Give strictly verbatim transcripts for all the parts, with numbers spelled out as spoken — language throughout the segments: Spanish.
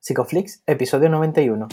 Psicoflix, episodio noventa y uno.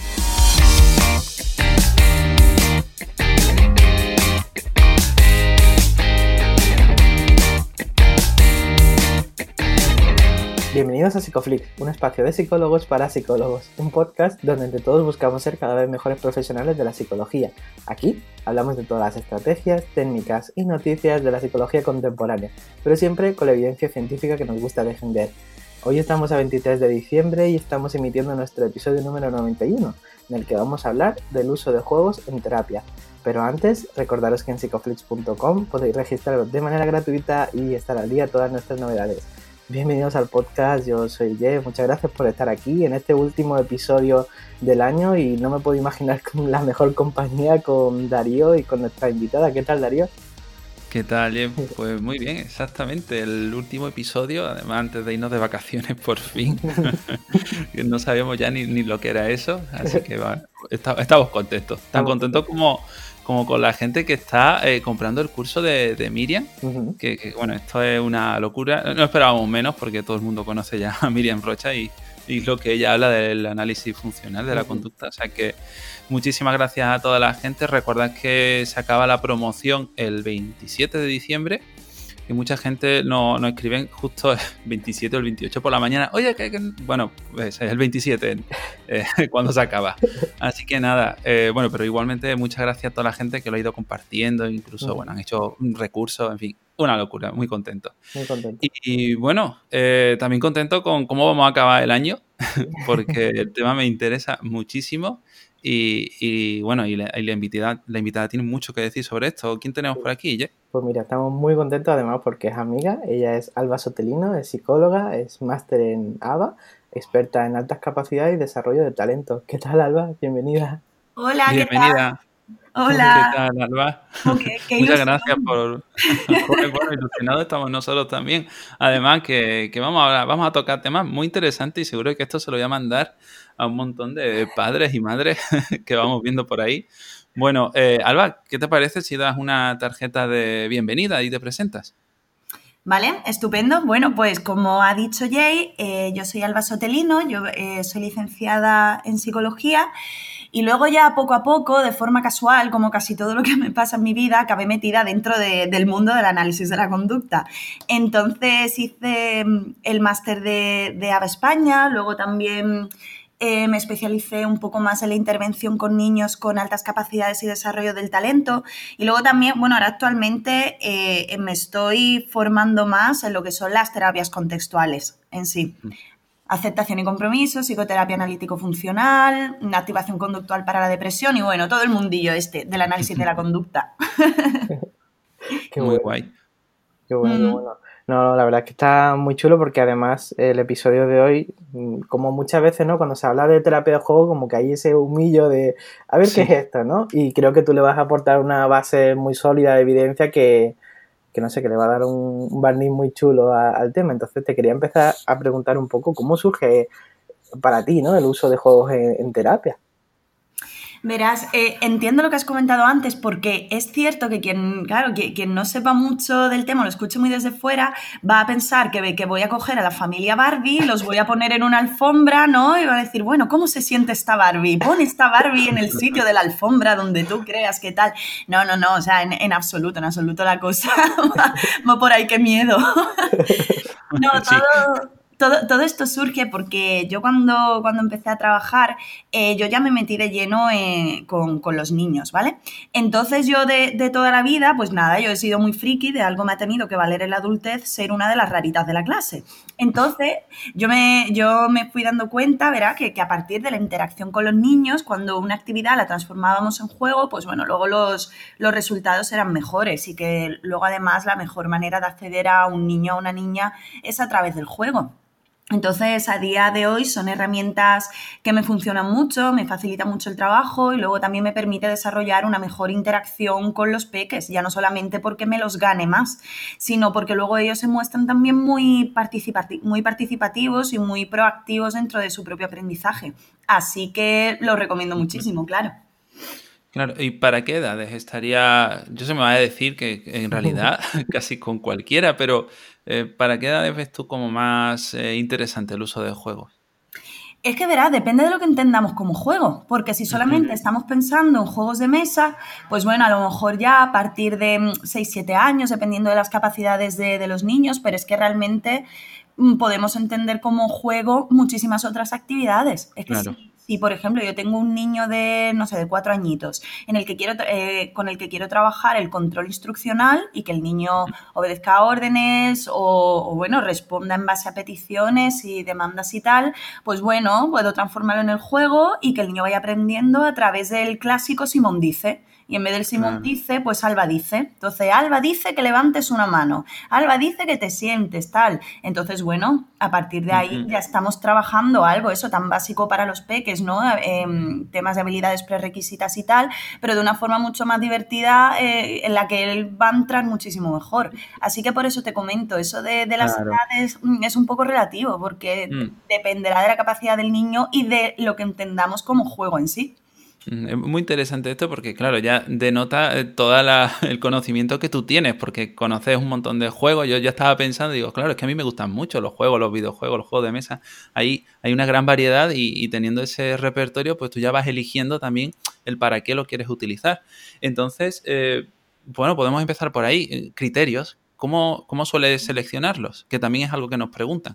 Bienvenidos a Psicoflix, un espacio de psicólogos para psicólogos, un podcast donde entre todos buscamos ser cada vez mejores profesionales de la psicología. Aquí hablamos de todas las estrategias, técnicas y noticias de la psicología contemporánea, pero siempre con la evidencia científica que nos gusta defender. Hoy estamos a veintitrés de diciembre y estamos emitiendo nuestro episodio número noventa y uno, en el que vamos a hablar del uso de juegos en terapia. Pero antes, recordaros que en psicoflix punto com podéis registraros de manera gratuita y estar al día de todas nuestras novedades. Bienvenidos al podcast, yo soy Jeff, muchas gracias por estar aquí en este último episodio del año y no me puedo imaginar con la mejor compañía con Darío y con nuestra invitada. ¿Qué tal, Darío? ¿Qué tal, Jeff? Pues muy bien, exactamente, el último episodio, además antes de irnos de vacaciones por fin, no sabíamos ya ni, ni lo que era eso, así que bueno, está, estamos contentos, tan contentos como... como con la gente que está eh, comprando el curso de, de Miriam, uh-huh. que, que bueno, esto es una locura. No esperábamos menos porque todo el mundo conoce ya a Miriam Rocha y, y lo que ella habla del análisis funcional de la uh-huh. conducta. O sea que muchísimas gracias a toda la gente. Recordad que se acaba la promoción el veintisiete de diciembre. Y mucha gente nos no escriben justo el veintisiete o el veintiocho por la mañana. Oye, que, que... bueno, es el veintisiete eh, cuando se acaba. Así que nada, eh, bueno, pero igualmente muchas gracias a toda la gente que lo ha ido compartiendo. Incluso, bueno, han hecho un recurso, en fin, una locura, muy contento. Muy contento. Y, y bueno, eh, también contento con cómo vamos a acabar el año, porque el tema me interesa muchísimo. Y, y bueno, y la, y la invitada la invitada tiene mucho que decir sobre esto. ¿Quién tenemos por aquí, Ye? Pues mira, estamos muy contentos además porque es amiga. Ella es Alba Sotelino, es psicóloga, es máster en A B A, experta en altas capacidades y desarrollo de talento. ¿Qué tal, Alba? Bienvenida. Hola, ¿qué Bienvenida. tal? Hola. ¿Qué tal, Alba? Okay, qué Muchas ilusión. gracias por... Joder, bueno, ilusionados estamos nosotros también. Además que, que vamos, a hablar, vamos a tocar temas muy interesantes y seguro que esto se lo voy a mandar a un montón de padres y madres que vamos viendo por ahí. Bueno, eh, Alba, ¿qué te parece si das una tarjeta de bienvenida y te presentas? Vale, estupendo. Bueno, pues como ha dicho Jay, eh, yo soy Alba Sotelino, yo eh, soy licenciada en psicología y luego ya poco a poco, de forma casual, como casi todo lo que me pasa en mi vida, acabé metida dentro de, del mundo del análisis de la conducta. Entonces hice el máster de, de A B A España, luego también... Eh, me especialicé un poco más en la intervención con niños con altas capacidades y desarrollo del talento y luego también, bueno, ahora actualmente eh, me estoy formando más en lo que son las terapias contextuales en sí. Aceptación y compromiso, psicoterapia analítico-funcional, activación conductual para la depresión y bueno, todo el mundillo este del análisis de la conducta. Qué muy bueno. guay. Qué bueno, mm. qué bueno. No, la verdad es que está muy chulo porque además el episodio de hoy, como muchas veces, ¿no? Cuando se habla de terapia de juego, como que hay ese humillo de a ver sí. qué es esto, ¿no? Y creo que tú le vas a aportar una base muy sólida de evidencia que, que no sé, que le va a dar un, un barniz muy chulo a, al tema. Entonces te quería empezar a preguntar un poco cómo surge para ti, ¿no? El uso de juegos en, en terapia. Verás, eh, entiendo lo que has comentado antes porque es cierto que quien, claro, que, quien no sepa mucho del tema, lo escuche muy desde fuera, va a pensar que, que voy a coger a la familia Barbie, los voy a poner en una alfombra, ¿no? Y va a decir, bueno, ¿cómo se siente esta Barbie? Pon esta Barbie en el sitio de la alfombra donde tú creas que tal. No, no, no, o sea, en, en absoluto, en absoluto la cosa va, va por ahí, qué miedo. No, todo... Sí. Todo, todo esto surge porque yo cuando, cuando empecé a trabajar, eh, yo ya me metí de lleno eh, con, con los niños, ¿vale? Entonces yo de, de toda la vida, pues nada, yo he sido muy friki, de algo me ha tenido que valer en la adultez ser una de las raritas de la clase. Entonces yo me, yo me fui dando cuenta, ¿verdad? Que, que a partir de la interacción con los niños, cuando una actividad la transformábamos en juego, pues bueno, luego los, los resultados eran mejores y que luego además la mejor manera de acceder a un niño o una niña es a través del juego. Entonces, a día de hoy son herramientas que me funcionan mucho, me facilitan mucho el trabajo y luego también me permite desarrollar una mejor interacción con los peques, ya no solamente porque me los gane más, sino porque luego ellos se muestran también muy, participati- muy participativos y muy proactivos dentro de su propio aprendizaje. Así que lo recomiendo muchísimo, claro. Claro, ¿y para qué edades estaría? Yo se me va a decir que en realidad casi con cualquiera, pero eh, ¿para qué edades ves tú como más eh, interesante el uso de juegos? Es que verás, depende de lo que entendamos como juego, porque si solamente estamos pensando en juegos de mesa, pues bueno, a lo mejor ya a partir de seis siete años, dependiendo de las capacidades de, de los niños, pero es que realmente mm, podemos entender como juego muchísimas otras actividades. Es que Claro. si, si, por ejemplo, yo tengo un niño de, no sé, de cuatro añitos, en el que quiero, eh, con el que quiero trabajar el control instruccional y que el niño obedezca órdenes o, o, bueno, responda en base a peticiones y demandas y tal, pues bueno, puedo transformarlo en el juego y que el niño vaya aprendiendo a través del clásico Simón dice. Y en vez del Simón Claro. dice, pues Alba dice. Entonces, Alba dice que levantes una mano. Alba dice que te sientes, tal. Entonces, bueno, a partir de ahí Ujú. ya estamos trabajando algo, eso tan básico para los peques, ¿no? Eh, temas de habilidades prerequisitas y tal, pero de una forma mucho más divertida eh, en la que él va a entrar muchísimo mejor. Así que por eso te comento, eso de, de las Claro. edades mm, es un poco relativo, porque Mm. dependerá de la capacidad del niño y de lo que entendamos como juego en sí. Mm, Es muy interesante esto porque, claro, ya denota eh, todo el conocimiento que tú tienes, porque conoces un montón de juegos. Yo ya estaba pensando, digo, claro, es que a mí me gustan mucho los juegos, los videojuegos, los juegos de mesa. Ahí hay una gran variedad y, y teniendo ese repertorio, pues tú ya vas eligiendo también el para qué lo quieres utilizar. Entonces, eh, bueno, podemos empezar por ahí. Eh, Criterios, ¿cómo, cómo sueles seleccionarlos? Que también es algo que nos preguntan.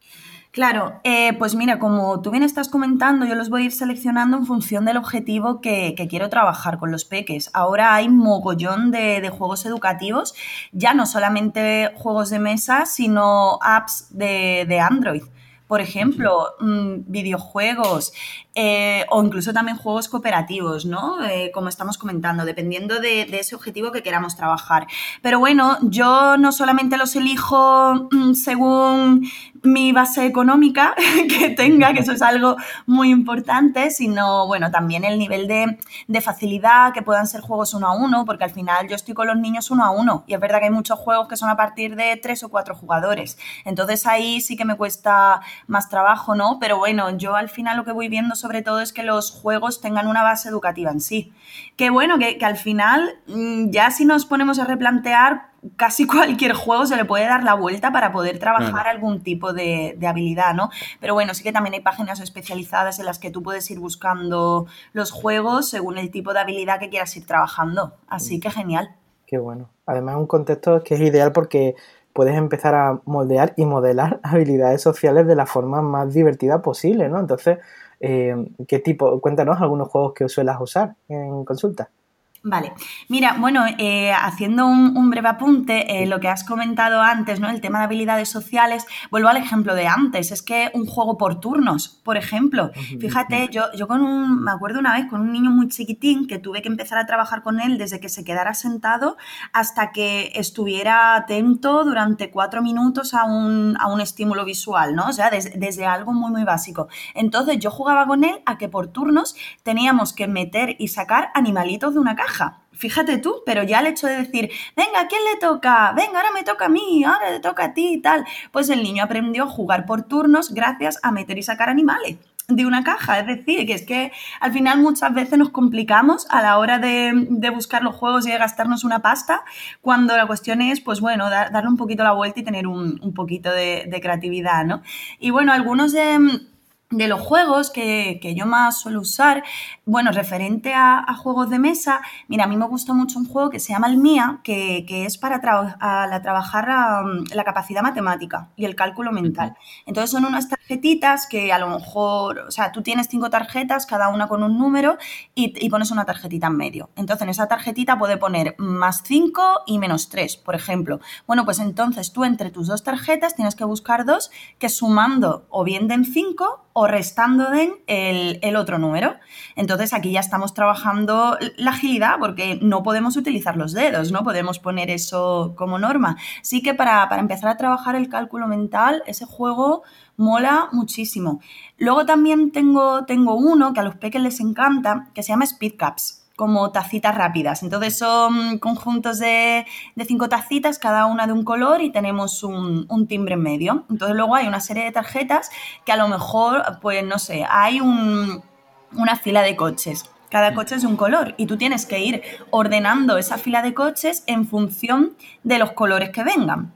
Claro, eh, pues mira, como tú bien estás comentando, yo los voy a ir seleccionando en función del objetivo que, que quiero trabajar con los peques. Ahora hay mogollón de, de juegos educativos, ya no solamente juegos de mesa, sino apps de, de Android. Por ejemplo, mmm, videojuegos eh, o incluso también juegos cooperativos, ¿no? Eh, como estamos comentando, dependiendo de, de ese objetivo que queramos trabajar. Pero bueno, yo no solamente los elijo mmm, según mi base económica que tenga, que eso es algo muy importante, sino, bueno, también el nivel de, de facilidad, que puedan ser juegos uno a uno, porque al final yo estoy con los niños uno a uno y es verdad que hay muchos juegos que son a partir de tres o cuatro jugadores. Entonces ahí sí que me cuesta más trabajo, ¿no? Pero bueno, yo al final lo que voy viendo sobre todo es que los juegos tengan una base educativa en sí. Que bueno, que, que al final ya si nos ponemos a replantear, casi cualquier juego se le puede dar la vuelta para poder trabajar claro. algún tipo de, de habilidad, ¿no? Pero bueno, sí que también hay páginas especializadas en las que tú puedes ir buscando los juegos según el tipo de habilidad que quieras ir trabajando. Así que genial. Qué bueno. Además es un contexto que es ideal porque puedes empezar a moldear y modelar habilidades sociales de la forma más divertida posible, ¿no? Entonces, eh, ¿qué tipo? Cuéntanos algunos juegos que suelas usar en consulta. Vale, mira, bueno, eh, haciendo un, un breve apunte, eh, lo que has comentado antes, ¿no? El tema de habilidades sociales, vuelvo al ejemplo de antes, es que un juego por turnos, por ejemplo, fíjate, yo, yo con un, me acuerdo una vez con un niño muy chiquitín que tuve que empezar a trabajar con él desde que se quedara sentado hasta que estuviera atento durante cuatro minutos a un, a un estímulo visual, ¿no? O sea, des, desde algo muy, muy básico. Entonces yo jugaba con él a que por turnos teníamos que meter y sacar animalitos de una caja. Fíjate tú, pero ya el hecho de decir, venga, ¿a quién le toca? Venga, ahora me toca a mí, ahora le toca a ti y tal. Pues el niño aprendió a jugar por turnos gracias a meter y sacar animales de una caja. Es decir, que es que al final muchas veces nos complicamos a la hora de, de buscar los juegos y de gastarnos una pasta, cuando la cuestión es, pues bueno, dar, darle un poquito la vuelta y tener un, un poquito de, de creatividad, ¿no? Y bueno, algunos de... De los juegos que, que yo más suelo usar, bueno, referente a, a juegos de mesa, mira, a mí me gusta mucho un juego que se llama el Mía, que, que es para tra a la, trabajar a, la capacidad matemática y el cálculo mental. Entonces son unas tarjetitas que a lo mejor, o sea, tú tienes cinco tarjetas, cada una con un número y, y pones una tarjetita en medio. Entonces en esa tarjetita puede poner más cinco y menos tres, por ejemplo. Bueno, pues entonces tú entre tus dos tarjetas tienes que buscar dos que sumando o bien den cinco o restando den el, el otro número. Entonces aquí ya estamos trabajando la agilidad porque no podemos utilizar los dedos, no podemos poner eso como norma. Sí que para, para empezar a trabajar el cálculo mental, ese juego mola muchísimo. Luego también tengo, tengo uno que a los peques les encanta, que se llama Speed Cups, como tacitas rápidas. Entonces son conjuntos de, de cinco tacitas, cada una de un color y tenemos un, un timbre en medio. Entonces luego hay una serie de tarjetas que a lo mejor, pues no sé, hay un, una fila de coches. Cada coche es de un color y tú tienes que ir ordenando esa fila de coches en función de los colores que vengan.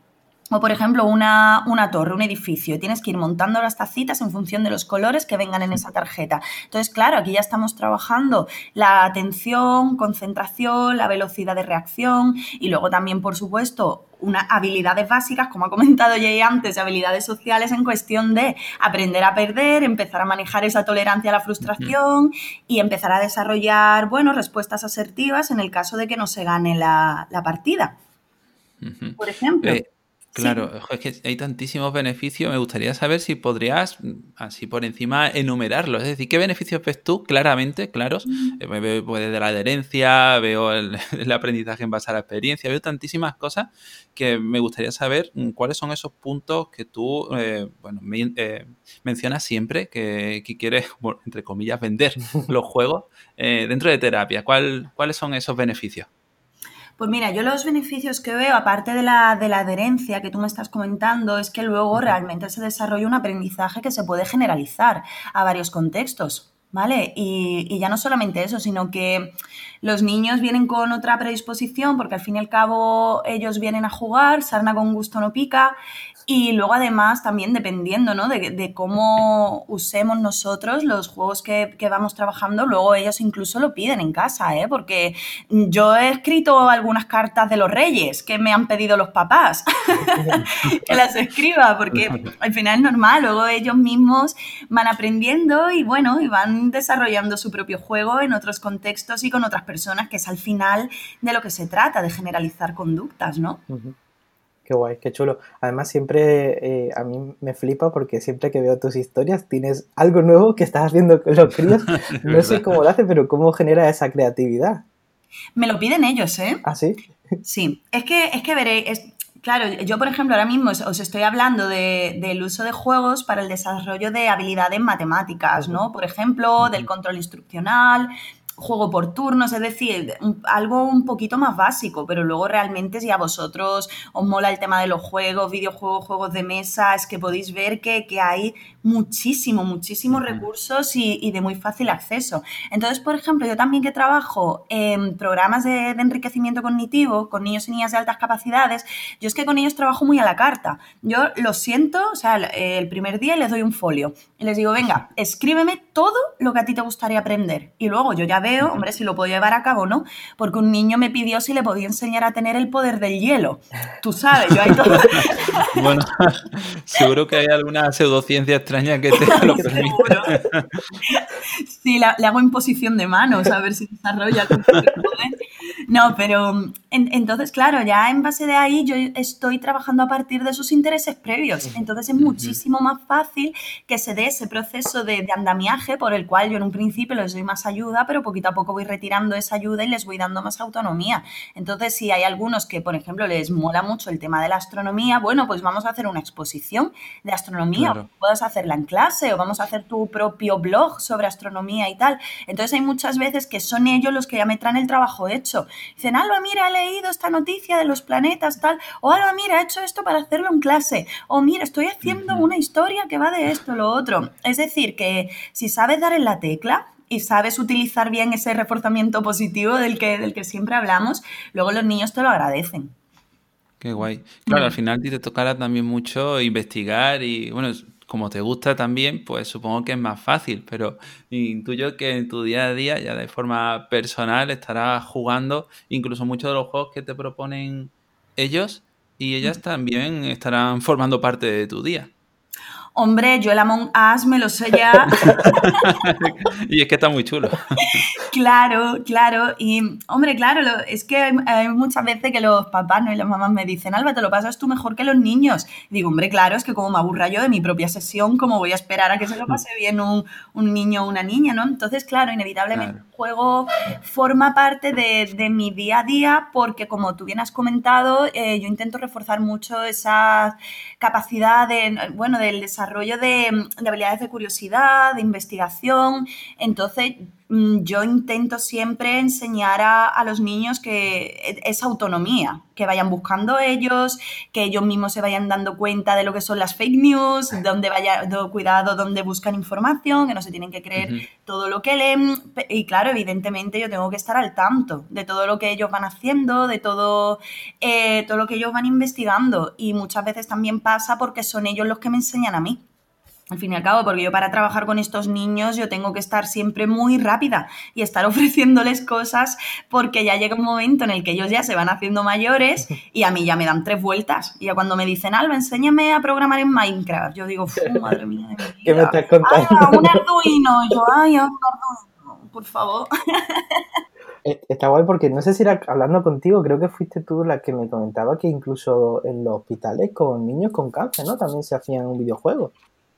O, por ejemplo, una, una torre, un edificio, y tienes que ir montando las tacitas en función de los colores que vengan en esa tarjeta. Entonces, claro, aquí ya estamos trabajando la atención, concentración, la velocidad de reacción y luego también, por supuesto, unas habilidades básicas, como ha comentado Jay antes, habilidades sociales en cuestión de aprender a perder, empezar a manejar esa tolerancia a la frustración uh-huh. y empezar a desarrollar, bueno, respuestas asertivas en el caso de que no se gane la, la partida. Uh-huh. Por ejemplo. Eh. Claro, sí. Es que hay tantísimos beneficios. Me gustaría saber si podrías, así por encima, enumerarlos. Es decir, ¿qué beneficios ves tú claramente, claros? Mm. Eh, veo pues, desde la adherencia, veo el, el aprendizaje en base a la experiencia, veo tantísimas cosas que me gustaría saber cuáles son esos puntos que tú, eh, bueno, me, eh, mencionas siempre que, que quieres, bueno, entre comillas, vender los juegos eh, dentro de terapia. ¿Cuál, ¿Cuáles son esos beneficios? Pues mira, yo los beneficios que veo, aparte de la, de la adherencia que tú me estás comentando, es que luego realmente se desarrolla un aprendizaje que se puede generalizar a varios contextos, ¿vale? Y, y ya no solamente eso, sino que los niños vienen con otra predisposición porque al fin y al cabo ellos vienen a jugar, sarna con gusto no pica. Y luego además también dependiendo, ¿no? de, de cómo usemos nosotros los juegos que, que vamos trabajando, luego ellos incluso lo piden en casa, ¿eh? Porque yo he escrito algunas cartas de los Reyes que me han pedido los papás que las escriba, porque al final es normal, luego ellos mismos van aprendiendo y bueno, y van desarrollando su propio juego en otros contextos y con otras personas, que es al final de lo que se trata, de generalizar conductas, ¿no? Uh-huh. Qué guay, qué chulo. Además, siempre eh, a mí me flipa porque siempre que veo tus historias tienes algo nuevo que estás haciendo con los críos. No sé cómo lo hace, pero cómo genera esa creatividad. Me lo piden ellos, ¿eh? ¿Ah, sí? Sí. Es que, es que veré, es, claro, yo, por ejemplo, ahora mismo os estoy hablando de, del uso de juegos para el desarrollo de habilidades matemáticas, ¿no? Por ejemplo, del control instruccional, juego por turnos, es decir, algo un poquito más básico, pero luego realmente si a vosotros os mola el tema de los juegos, videojuegos, juegos de mesa, es que podéis ver que, que hay muchísimo, muchísimos uh-huh. recursos y, y de muy fácil acceso. Entonces, por ejemplo, yo también que trabajo en programas de, de enriquecimiento cognitivo con niños y niñas de altas capacidades, yo es que con ellos trabajo muy a la carta. Yo lo siento, o sea, el, el primer día les doy un folio y les digo, venga, escríbeme todo lo que a ti te gustaría aprender. Y luego yo ya veo, hombre, si lo puedo llevar a cabo o no, porque un niño me pidió si le podía enseñar a tener el poder del hielo. Tú sabes, yo ahí todo... Bueno, seguro que hay alguna pseudociencia extraña que te lo permite. Sí, la, le hago imposición de manos a ver si desarrolla el poder. No, pero en, entonces, claro, ya en base de ahí yo estoy trabajando a partir de sus intereses previos. Entonces es muchísimo más fácil que se dé ese proceso de, de andamiaje por el cual yo en un principio les doy más ayuda, pero poquito a poco voy retirando esa ayuda y les voy dando más autonomía. Entonces, si hay algunos que, por ejemplo, les mola mucho el tema de la astronomía, bueno, pues vamos a hacer una exposición de astronomía. Claro. Puedes hacerla en clase o vamos a hacer tu propio blog sobre astronomía y tal. Entonces hay muchas veces que son ellos los que ya me traen el trabajo hecho. Dicen, Alba, mira, he leído esta noticia de los planetas, tal. O Alba, mira, he hecho esto para hacerlo en clase. O mira, estoy haciendo uh-huh. una historia que va de esto, lo otro. Es decir, que si sabes dar en la tecla y sabes utilizar bien ese reforzamiento positivo del que, del que siempre hablamos, luego los niños te lo agradecen. Qué guay. Claro, al final te tocará también mucho investigar y, bueno, como te gusta también, pues supongo que es más fácil, pero intuyo que en tu día a día, ya de forma personal, estarás jugando incluso muchos de los juegos que te proponen ellos y ellas también estarán formando parte de tu día. Hombre, yo el Among Us me lo sé ya. Y es que está muy chulo. Claro, claro. Y, hombre, claro, lo, es que hay, hay muchas veces que los papás, ¿no? y las mamás me dicen, Alba, te lo pasas tú mejor que los niños. Y digo, hombre, claro, es que como me aburra yo de mi propia sesión, ¿cómo voy a esperar a que se lo pase bien un, un niño o una niña, ¿no? Entonces, claro, inevitablemente claro. el juego forma parte de, de mi día a día porque, como tú bien has comentado, eh, yo intento reforzar mucho esa capacidad de, bueno, del desarrollo de, de habilidades de curiosidad, de investigación. Entonces, yo intento siempre enseñar a, a los niños que esa autonomía, que vayan buscando ellos, que ellos mismos se vayan dando cuenta de lo que son las fake news, donde vaya, de, cuidado, donde buscan información, que no se tienen que creer uh-huh. todo lo que leen. Y claro, evidentemente yo tengo que estar al tanto de todo lo que ellos van haciendo, de todo, eh, todo lo que ellos van investigando. Y muchas veces también pasa porque son ellos los que me enseñan a mí. Al fin y al cabo, porque yo para trabajar con estos niños yo tengo que estar siempre muy rápida y estar ofreciéndoles cosas porque ya llega un momento en el que ellos ya se van haciendo mayores y a mí ya me dan tres vueltas. Y ya cuando me dicen, Alba, enséñame a programar en Minecraft, yo digo, madre mía de mi vida. ¿Qué me estás contando? ¡Ay, un Arduino! Y yo, ¡ay, un Arduino! Por favor. Está guay porque no sé si era hablando contigo, creo que fuiste tú la que me comentaba que incluso en los hospitales con niños con cáncer, ¿no? También se hacían un videojuego.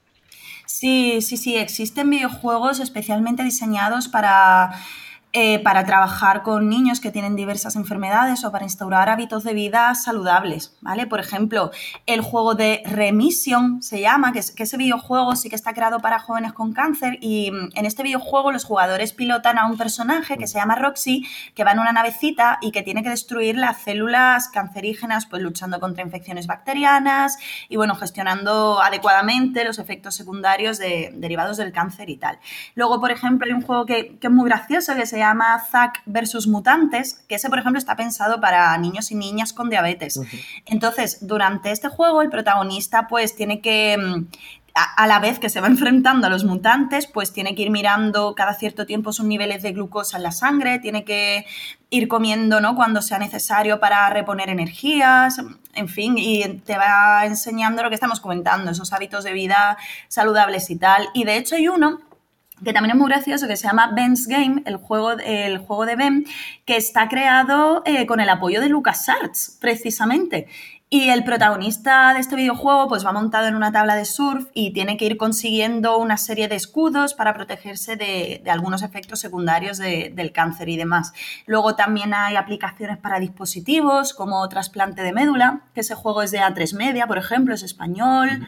Sí, sí, sí, existen videojuegos especialmente diseñados para, eh, para trabajar con niños que tienen diversas enfermedades o para instaurar hábitos de vida saludables, ¿vale? Por ejemplo, el juego de Remission se llama, que, es, que ese videojuego sí que está creado para jóvenes con cáncer y en este videojuego los jugadores pilotan a un personaje que se llama Roxy, que va en una navecita y que tiene que destruir las células cancerígenas, pues luchando contra infecciones bacterianas y, bueno, gestionando adecuadamente los efectos secundarios de, derivados del cáncer y tal. Luego, por ejemplo, hay un juego que, que es muy gracioso que se llama Zack versus Mutantes, que ese, por ejemplo, está pensado para niños y niñas con diabetes. Uh-huh. Entonces, durante este juego, el protagonista, pues, tiene que... a la vez que se va enfrentando a los mutantes, pues tiene que ir mirando cada cierto tiempo sus niveles de glucosa en la sangre, tiene que ir comiendo, ¿no?, cuando sea necesario para reponer energías, en fin, y te va enseñando lo que estamos comentando, esos hábitos de vida saludables y tal. Y de hecho hay uno que también es muy gracioso, que se llama Ben's Game, el juego, el juego de Ben, que está creado eh, con el apoyo de LucasArts, precisamente. Y el protagonista de este videojuego pues va montado en una tabla de surf y tiene que ir consiguiendo una serie de escudos para protegerse de, de algunos efectos secundarios de, del cáncer y demás. Luego también hay aplicaciones para dispositivos como trasplante de médula, que ese juego es de A tres Media, por ejemplo, es español.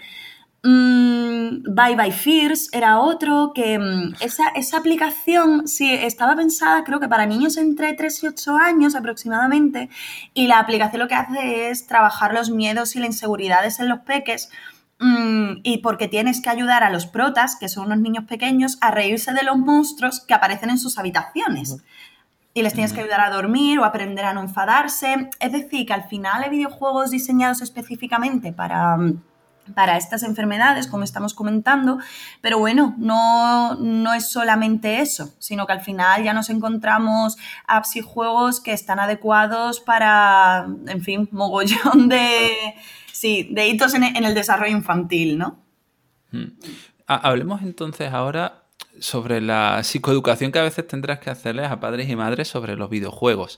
Mm, Bye Bye Fears era otro que mm, esa, esa aplicación sí estaba pensada creo que para niños entre tres y ocho años aproximadamente y la aplicación lo que hace es trabajar los miedos y las inseguridades en los peques mm, y porque tienes que ayudar a los protas, que son unos niños pequeños, a reírse de los monstruos que aparecen en sus habitaciones. Y les tienes que ayudar a dormir o aprender a no enfadarse. Es decir, que al final hay videojuegos diseñados específicamente para... para estas enfermedades, como estamos comentando, pero bueno, no, no es solamente eso, sino que al final ya nos encontramos apps y juegos que están adecuados para, en fin, mogollón de, sí, de hitos en, en el desarrollo infantil, ¿no? Hmm. Hablemos entonces ahora sobre la psicoeducación que a veces tendrás que hacerles a padres y madres sobre los videojuegos,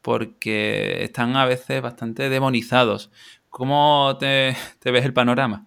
porque están a veces bastante demonizados. ¿Cómo te, te ves el panorama?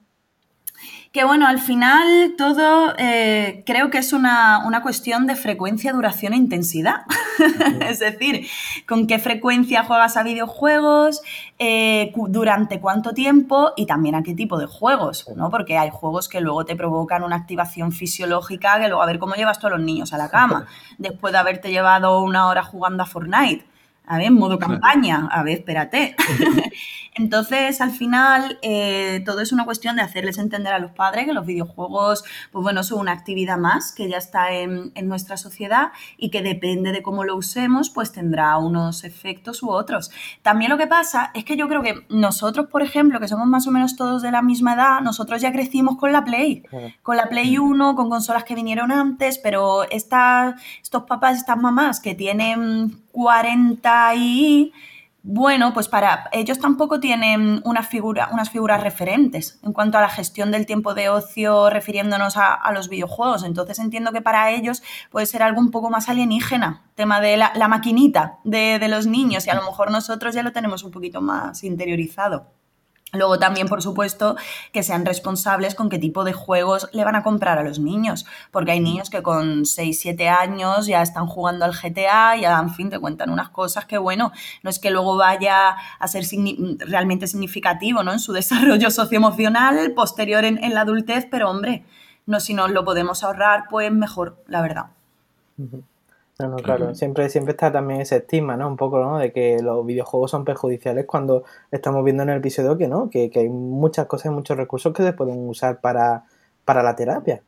Que bueno, al final todo eh, creo que es una, una cuestión de frecuencia, duración e intensidad. Uh-huh. Es decir, con qué frecuencia juegas a videojuegos, eh, durante cuánto tiempo y también a qué tipo de juegos, ¿no? Porque hay juegos que luego te provocan una activación fisiológica que luego a ver cómo llevas tú a los niños a la cama después de haberte llevado una hora jugando a Fortnite. A ver, en modo campaña, a ver, espérate. Entonces, al final, eh, todo es una cuestión de hacerles entender a los padres que los videojuegos, pues bueno, son una actividad más que ya está en, en nuestra sociedad y que depende de cómo lo usemos, pues tendrá unos efectos u otros. También lo que pasa es que yo creo que nosotros, por ejemplo, que somos más o menos todos de la misma edad, nosotros ya crecimos con la Play, con la Play uno, con consolas que vinieron antes, pero esta, estos papás, estas mamás que tienen cuarenta y... Bueno, pues para ellos tampoco tienen una figura, unas figuras referentes en cuanto a la gestión del tiempo de ocio refiriéndonos a, a los videojuegos. Entonces entiendo que para ellos puede ser algo un poco más alienígena, tema de la, la maquinita de, de los niños y a lo mejor nosotros ya lo tenemos un poquito más interiorizado. Luego también, por supuesto, que sean responsables con qué tipo de juegos le van a comprar a los niños, porque hay niños que con seis, siete años ya están jugando al G T A y, en fin, te cuentan unas cosas que, bueno, no es que luego vaya a ser signi- realmente significativo, ¿no?, en su desarrollo socioemocional posterior en, en la adultez, pero, hombre, no, si nos lo podemos ahorrar, pues mejor, la verdad. No, no, claro, siempre, siempre está también ese estigma, ¿no? Un poco, ¿no? De que los videojuegos son perjudiciales cuando estamos viendo en el episodio que no, que, que hay muchas cosas y muchos recursos que se pueden usar para, para la terapia.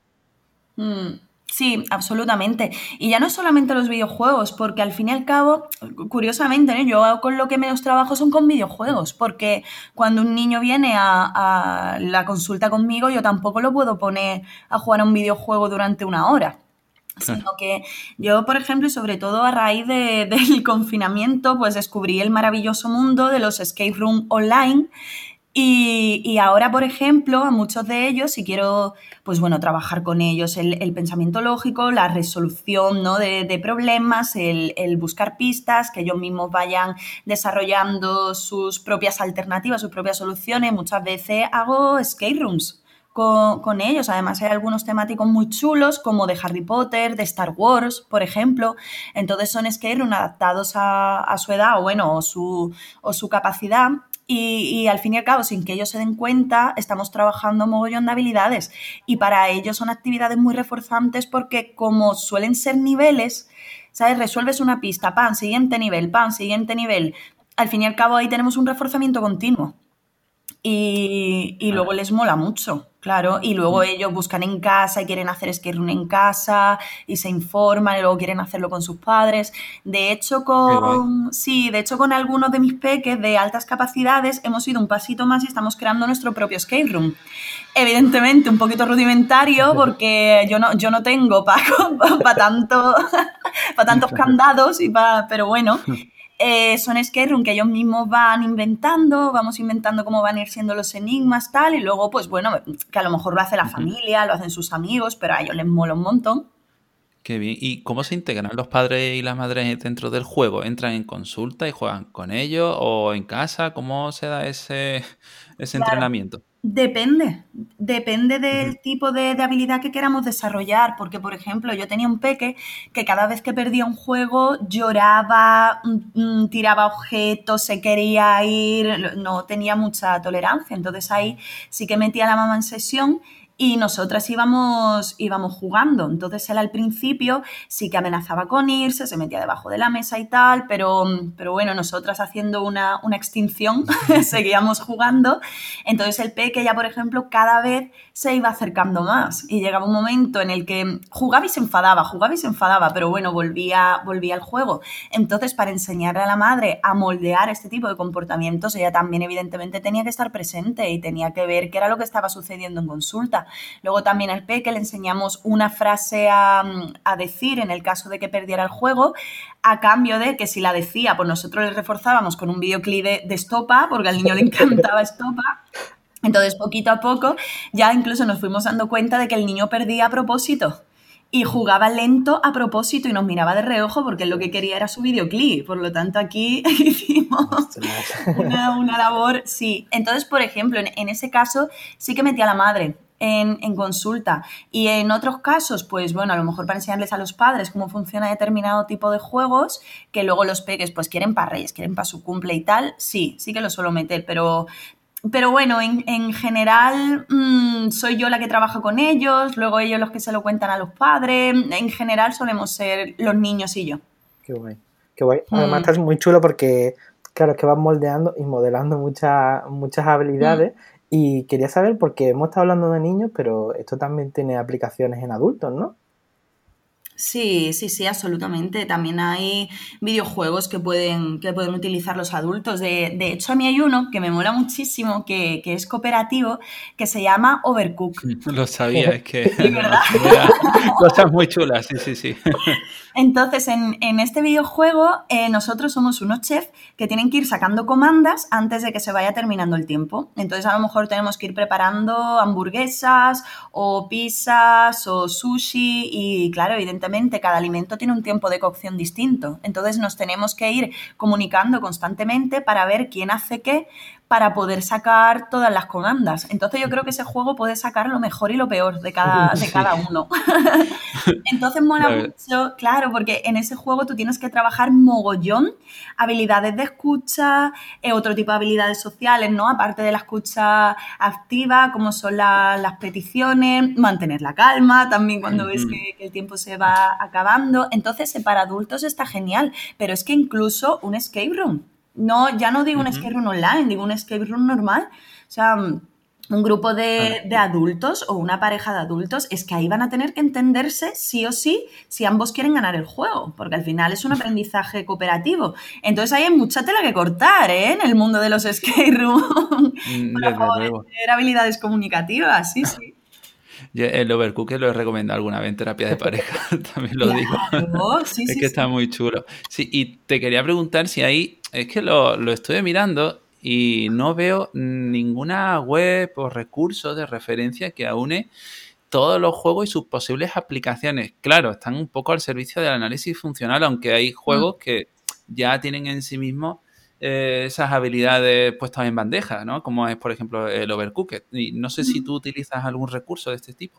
Mm, sí, absolutamente. Y ya no es solamente los videojuegos, porque al fin y al cabo, curiosamente, ¿no? Yo con lo que menos trabajo son con videojuegos, porque cuando un niño viene a, a la consulta conmigo, yo tampoco lo puedo poner a jugar a un videojuego durante una hora. Claro. Sino que yo, por ejemplo, y sobre todo a raíz de, del confinamiento, pues descubrí el maravilloso mundo de los escape room online. Y, y ahora, por ejemplo, a muchos de ellos, si quiero, pues bueno, trabajar con ellos el, el pensamiento lógico, la resolución, ¿no? de, de problemas, el, el buscar pistas, que ellos mismos vayan desarrollando sus propias alternativas, sus propias soluciones. Muchas veces hago escape rooms con, con ellos. Además, hay algunos temáticos muy chulos, como de Harry Potter, de Star Wars, por ejemplo. Entonces son escape rooms adaptados a, a su edad o, bueno, o su, o su capacidad. Y, y al fin y al cabo, sin que ellos se den cuenta, estamos trabajando mogollón de habilidades. Y para ellos son actividades muy reforzantes porque como suelen ser niveles, ¿sabes? Resuelves una pista, pan, siguiente nivel, pan, siguiente nivel. Al fin y al cabo ahí tenemos un reforzamiento continuo. Y, y luego les mola mucho, claro. Y luego ellos buscan en casa y quieren hacer escape room en casa y se informan y luego quieren hacerlo con sus padres. De hecho, con sí, de hecho, con algunos de mis peques de altas capacidades hemos ido un pasito más y estamos creando nuestro propio escape room. Evidentemente, un poquito rudimentario porque yo no, yo no tengo para pa tanto, pa tantos candados, y pa, pero bueno. Eh, son escape room que ellos mismos van inventando, vamos inventando cómo van a ir siendo los enigmas, tal, y luego, pues bueno, que a lo mejor lo hace la familia, lo hacen sus amigos, pero a ellos les mola un montón. Qué bien. ¿Y cómo se integran los padres y las madres dentro del juego? ¿Entran en consulta y juegan con ellos o en casa? ¿Cómo se da ese, ese Claro. entrenamiento? Depende, depende del uh-huh. tipo de, de habilidad que queramos desarrollar, porque, por ejemplo, yo tenía un peque que cada vez que perdía un juego lloraba, mm, tiraba objetos, se quería ir, no tenía mucha tolerancia, entonces ahí sí que metía a la mamá en sesión y nosotras íbamos, íbamos jugando. Entonces él al principio sí que amenazaba con irse, se metía debajo de la mesa y tal, pero, pero bueno, nosotras haciendo una, una extinción seguíamos jugando. Entonces el peque ya, por ejemplo, cada vez se iba acercando más y llegaba un momento en el que jugaba y se enfadaba, jugaba y se enfadaba, pero bueno, volvía, volvía al juego. Entonces, para enseñarle a la madre a moldear este tipo de comportamientos, ella también evidentemente tenía que estar presente y tenía que ver qué era lo que estaba sucediendo en consulta. Luego también al peque le enseñamos una frase a, a decir en el caso de que perdiera el juego, a cambio de que si la decía, pues nosotros le reforzábamos con un videoclip de, de Estopa, porque al niño le encantaba Estopa. Entonces, poquito a poco, ya incluso nos fuimos dando cuenta de que el niño perdía a propósito y jugaba lento a propósito y nos miraba de reojo porque él lo que quería era su videoclip. Por lo tanto, aquí hicimos una, una labor, sí. Entonces, por ejemplo, en, en ese caso sí que metí a la madre en, en consulta. Y en otros casos, pues bueno, a lo mejor para enseñarles a los padres cómo funciona determinado tipo de juegos, que luego los peques pues quieren para Reyes, quieren para su cumple y tal, sí, sí que lo suelo meter, pero... Pero bueno, en, en general mmm, soy yo la que trabaja con ellos, luego ellos los que se lo cuentan a los padres. En general solemos ser los niños y yo. Qué guay, qué guay. Mm. Además estás muy chulo porque, claro, es que vas moldeando y modelando muchas, muchas habilidades. Mm. Y quería saber, porque hemos estado hablando de niños, pero esto también tiene aplicaciones en adultos, ¿no? Sí, sí, sí, absolutamente. También hay videojuegos que pueden, que pueden utilizar los adultos. De, de hecho, a mí hay uno que me mola muchísimo, que, que es cooperativo, que se llama Overcooked. Lo sabía, es que... Sí, ¿verdad? Cosas muy chulas, sí, sí, sí. Entonces, en, en este videojuego, eh, nosotros somos unos chefs que tienen que ir sacando comandas antes de que se vaya terminando el tiempo. Entonces, a lo mejor tenemos que ir preparando hamburguesas o pizzas o sushi y, claro, evidentemente, cada alimento tiene un tiempo de cocción distinto. Entonces nos tenemos que ir comunicando constantemente para ver quién hace qué, para poder sacar todas las comandas. Entonces yo creo que ese juego puede sacar lo mejor y lo peor de cada, de cada uno. Entonces mola mucho, claro, porque en ese juego tú tienes que trabajar mogollón habilidades de escucha, eh, otro tipo de habilidades sociales, ¿no? Aparte de la escucha activa, como son la, las peticiones, mantener la calma también cuando uh-huh. ves que, que el tiempo se va acabando. Entonces, para adultos está genial, pero es que incluso un escape room, no, ya no digo uh-huh. un escape room online, digo un escape room normal, o sea, un grupo de, de adultos o una pareja de adultos, es que ahí van a tener que entenderse sí o sí si ambos quieren ganar el juego, porque al final es un aprendizaje cooperativo. Entonces ahí hay mucha tela que cortar, ¿eh? En el mundo de los escape rooms para favorecer habilidades comunicativas, sí, sí. Yo el Overcooked lo he recomendado alguna vez en terapia de pareja, también lo claro, digo. Sí, es sí, que sí. está muy chulo. Sí, y te quería preguntar si ahí, es que lo, lo estoy mirando y no veo ninguna web o recurso de referencia que aúne todos los juegos y sus posibles aplicaciones. Claro, están un poco al servicio del análisis funcional, aunque hay juegos mm. que ya tienen en sí mismos eh, esas habilidades puestas en bandeja, ¿no? Como es, por ejemplo, el Overcooked. Y no sé mm. si tú utilizas algún recurso de este tipo.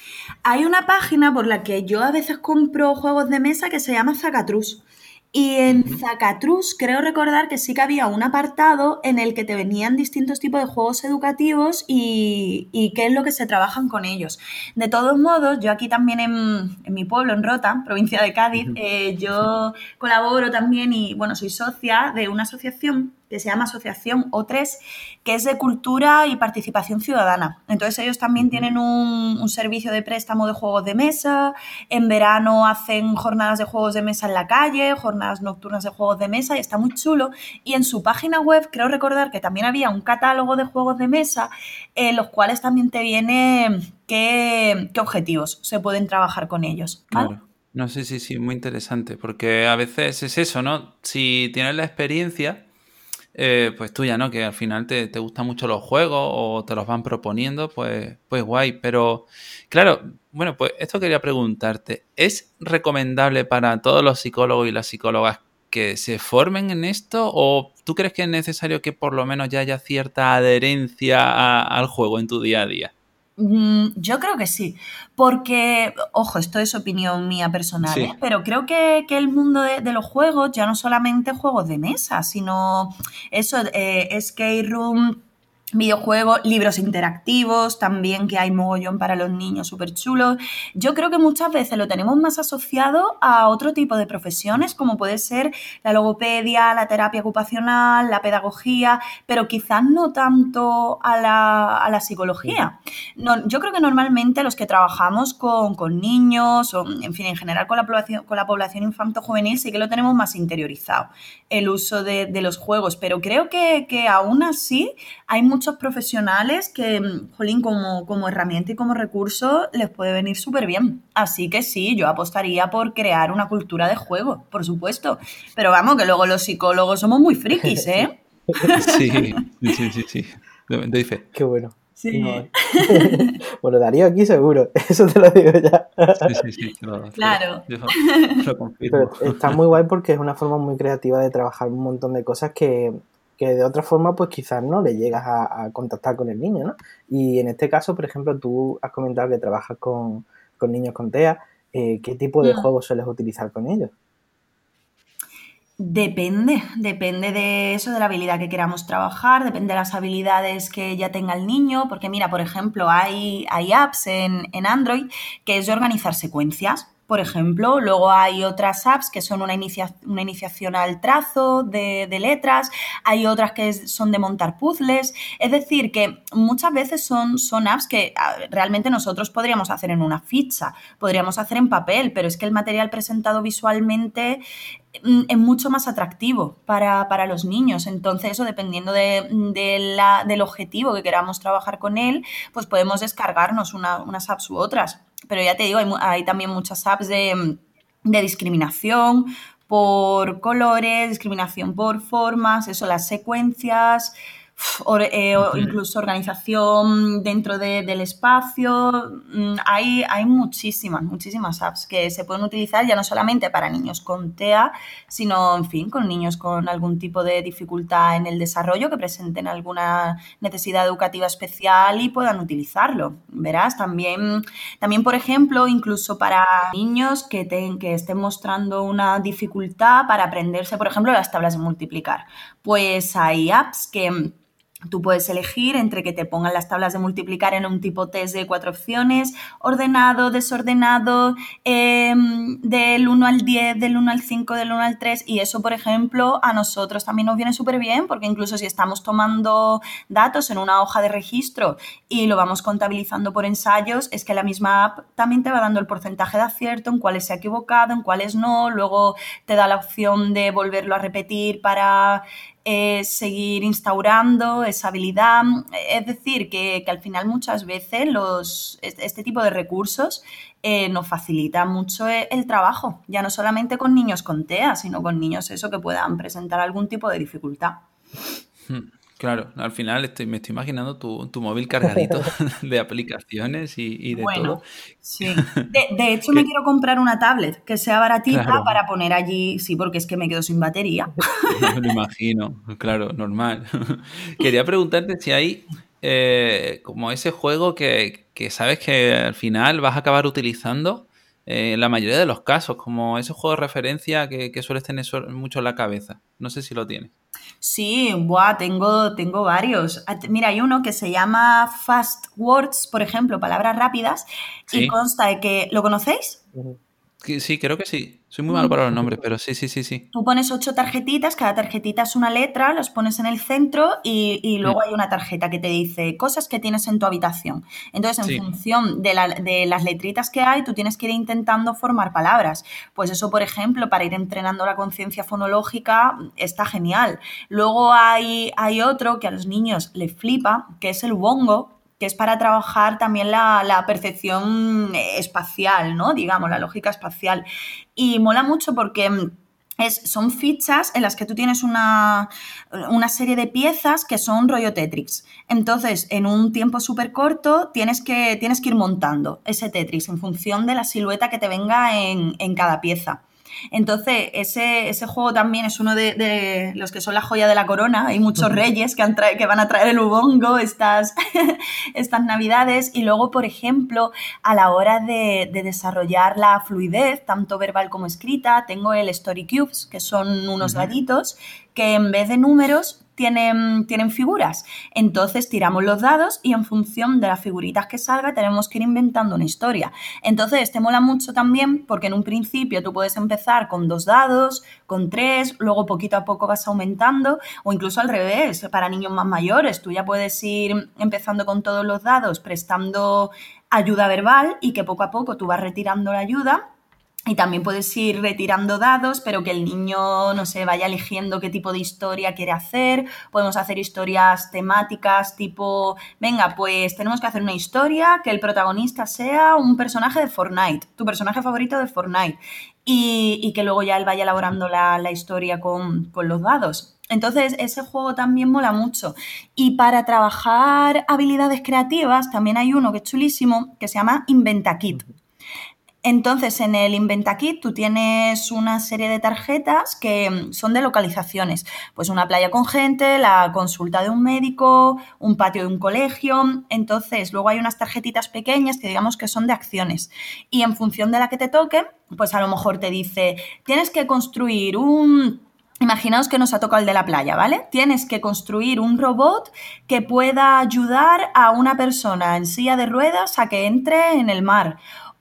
Hay una página por la que yo a veces compro juegos de mesa que se llama Zacatrus. Y en uh-huh. Zacatrus creo recordar que sí que había un apartado en el que te venían distintos tipos de juegos educativos y, y qué es lo que se trabajan con ellos. De todos modos, yo aquí también en, en mi pueblo, en Rota, provincia de Cádiz, uh-huh. eh, yo colaboro también y, bueno, soy socia de una asociación que se llama Asociación O tres, que es de cultura y participación ciudadana. Entonces ellos también uh-huh. tienen un, un servicio de préstamo de juegos de mesa, en verano hacen jornadas de juegos de mesa en la calle, jornadas nocturnas de juegos de mesa y está muy chulo. Y en su página web creo recordar que también había un catálogo de juegos de mesa en los cuales también te viene qué, qué objetivos se pueden trabajar con ellos, ¿vale? Claro. No, sí, sí, sí, muy interesante, porque a veces es eso, ¿no? Si tienes la experiencia... Eh, pues tuya, ¿no? Que al final te, te gustan mucho los juegos o te los van proponiendo, pues, pues guay. Pero, claro, bueno, pues esto quería preguntarte. ¿Es recomendable para todos los psicólogos y las psicólogas que se formen en esto? ¿O tú crees que es necesario que por lo menos ya haya cierta adherencia a, al juego en tu día a día? Yo creo que sí, porque, ojo, esto es opinión mía personal, sí. ¿eh? Pero creo que, que el mundo de, de los juegos, ya no solamente juegos de mesa, sino eso, eh, escape room, videojuegos, libros interactivos, también que hay mogollón para los niños súper chulos. Yo creo que muchas veces lo tenemos más asociado a otro tipo de profesiones, como puede ser la logopedia, la terapia ocupacional, la pedagogía, pero quizás no tanto a la, a la psicología. No, yo creo que normalmente los que trabajamos con, con niños, o en fin, en general con la población, con la población infanto-juvenil, sí que lo tenemos más interiorizado, el uso de, de los juegos, pero creo que, que aún así hay muchos profesionales que, jolín, como, como herramienta y como recurso les puede venir súper bien. Así que sí, yo apostaría por crear una cultura de juego, por supuesto. Pero vamos, que luego los psicólogos somos muy frikis, ¿eh? Sí, sí, sí, sí. Doy fe. Qué bueno. Sí. No. Bueno, Darío aquí seguro, eso te lo digo ya. Sí, sí, sí. Lo, claro. Yo lo confirmo. Pero está muy guay porque es una forma muy creativa de trabajar un montón de cosas que... que de otra forma pues quizás no le llegas a, a contactar con el niño, ¿no? Y en este caso, por ejemplo, tú has comentado que trabajas con, con niños con T E A. Eh, ¿qué tipo de mm. juegos sueles utilizar con ellos? Depende, depende de eso, de la habilidad que queramos trabajar, depende de las habilidades que ya tenga el niño, porque mira, por ejemplo, hay, hay apps en, en Android que es de organizar secuencias. Por ejemplo, luego hay otras apps que son una, inicia- una iniciación al trazo de, de letras, hay otras que es, son de montar puzzles, es decir, que muchas veces son, son apps que realmente nosotros podríamos hacer en una ficha, podríamos hacer en papel, pero es que el material presentado visualmente es mucho más atractivo para, para los niños. Entonces, eso dependiendo de, de la, del objetivo que queramos trabajar con él, pues podemos descargarnos una, unas apps u otras. Pero ya te digo, hay, hay también muchas apps de, de discriminación por colores, discriminación por formas, eso, las secuencias. O, eh, o incluso organización dentro de, del espacio. Hay, hay muchísimas, muchísimas apps que se pueden utilizar ya no solamente para niños con T E A, sino, en fin, con niños con algún tipo de dificultad en el desarrollo, que presenten alguna necesidad educativa especial y puedan utilizarlo. Verás, también, también por ejemplo, incluso para niños que, te, que estén mostrando una dificultad para aprenderse, por ejemplo, las tablas de multiplicar. Pues hay apps que tú puedes elegir entre que te pongan las tablas de multiplicar en un tipo test de cuatro opciones, ordenado, desordenado, eh, del uno al diez, del uno al cinco, del uno al tres, y eso, por ejemplo, a nosotros también nos viene súper bien, porque incluso si estamos tomando datos en una hoja de registro y lo vamos contabilizando por ensayos, es que la misma app también te va dando el porcentaje de acierto, en cuáles se ha equivocado, en cuáles no, luego te da la opción de volverlo a repetir para Eh, seguir instaurando esa habilidad. Es decir, que, que al final muchas veces los, este tipo de recursos eh, nos facilita mucho el, el trabajo, ya no solamente con niños con T E A, sino con niños eso que puedan presentar algún tipo de dificultad. Claro, al final estoy, me estoy imaginando tu, tu móvil cargadito de aplicaciones y, y de bueno, todo. Sí. De, de hecho, me quiero comprar una tablet que sea baratita, claro, para poner allí, sí, porque es que me quedo sin batería. Me lo imagino, claro, normal. Quería preguntarte si hay eh, como ese juego que, que sabes que al final vas a acabar utilizando eh, en la mayoría de los casos, como ese juego de referencia que, que sueles tener mucho en la cabeza. No sé si lo tienes. Sí, buah, tengo, tengo varios. Mira, hay uno que se llama Fast Words, por ejemplo, palabras rápidas, ¿Sí? y consta de que... ¿Lo conocéis? Sí, creo que sí. Soy muy malo para los nombres, pero sí, sí, sí, sí. Tú pones ocho tarjetitas, cada tarjetita es una letra, las pones en el centro y, y luego mm. hay una tarjeta que te dice cosas que tienes en tu habitación. Entonces, en sí. función de, la, de las letritas que hay, tú tienes que ir intentando formar palabras. Pues eso, por ejemplo, para ir entrenando la conciencia fonológica, está genial. Luego hay, hay otro que a los niños les flipa, que es el Wongo, que es para trabajar también la, la percepción espacial, ¿no? Digamos, la lógica espacial. Y mola mucho porque es, son fichas en las que tú tienes una, una serie de piezas que son rollo Tetris. Entonces, en un tiempo súper corto, tienes que, tienes que ir montando ese Tetris en función de la silueta que te venga en, en cada pieza. Entonces, ese, ese juego también es uno de, de los que son la joya de la corona. Hay muchos reyes que, han tra- que van a traer el Ubongo estas, estas navidades. Y luego, por ejemplo, a la hora de, de desarrollar la fluidez, tanto verbal como escrita, tengo el Story Cubes, que son unos uh-huh. daditos que en vez de números tienen, tienen figuras. Entonces tiramos los dados y en función de las figuritas que salga tenemos que ir inventando una historia. Entonces te mola mucho también porque en un principio tú puedes empezar con dos dados, con tres, luego poquito a poco vas aumentando, o incluso al revés, para niños más mayores tú ya puedes ir empezando con todos los dados, prestando ayuda verbal y que poco a poco tú vas retirando la ayuda. Y también puedes ir retirando dados, pero que el niño, no sé, vaya eligiendo qué tipo de historia quiere hacer. Podemos hacer historias temáticas tipo, venga, pues tenemos que hacer una historia que el protagonista sea un personaje de Fortnite, tu personaje favorito de Fortnite, y, y que luego ya él vaya elaborando la, la historia con, con los dados. Entonces, ese juego también mola mucho. Y para trabajar habilidades creativas, también hay uno que es chulísimo, que se llama InventaKit. Entonces, en el InventaKit tú tienes una serie de tarjetas que son de localizaciones. Pues una playa con gente, la consulta de un médico, un patio de un colegio. Entonces, luego hay unas tarjetitas pequeñas que digamos que son de acciones. Y en función de la que te toque, pues a lo mejor te dice, tienes que construir un... Imaginaos que nos ha tocado el de la playa, ¿vale? Tienes que construir un robot que pueda ayudar a una persona en silla de ruedas a que entre en el mar.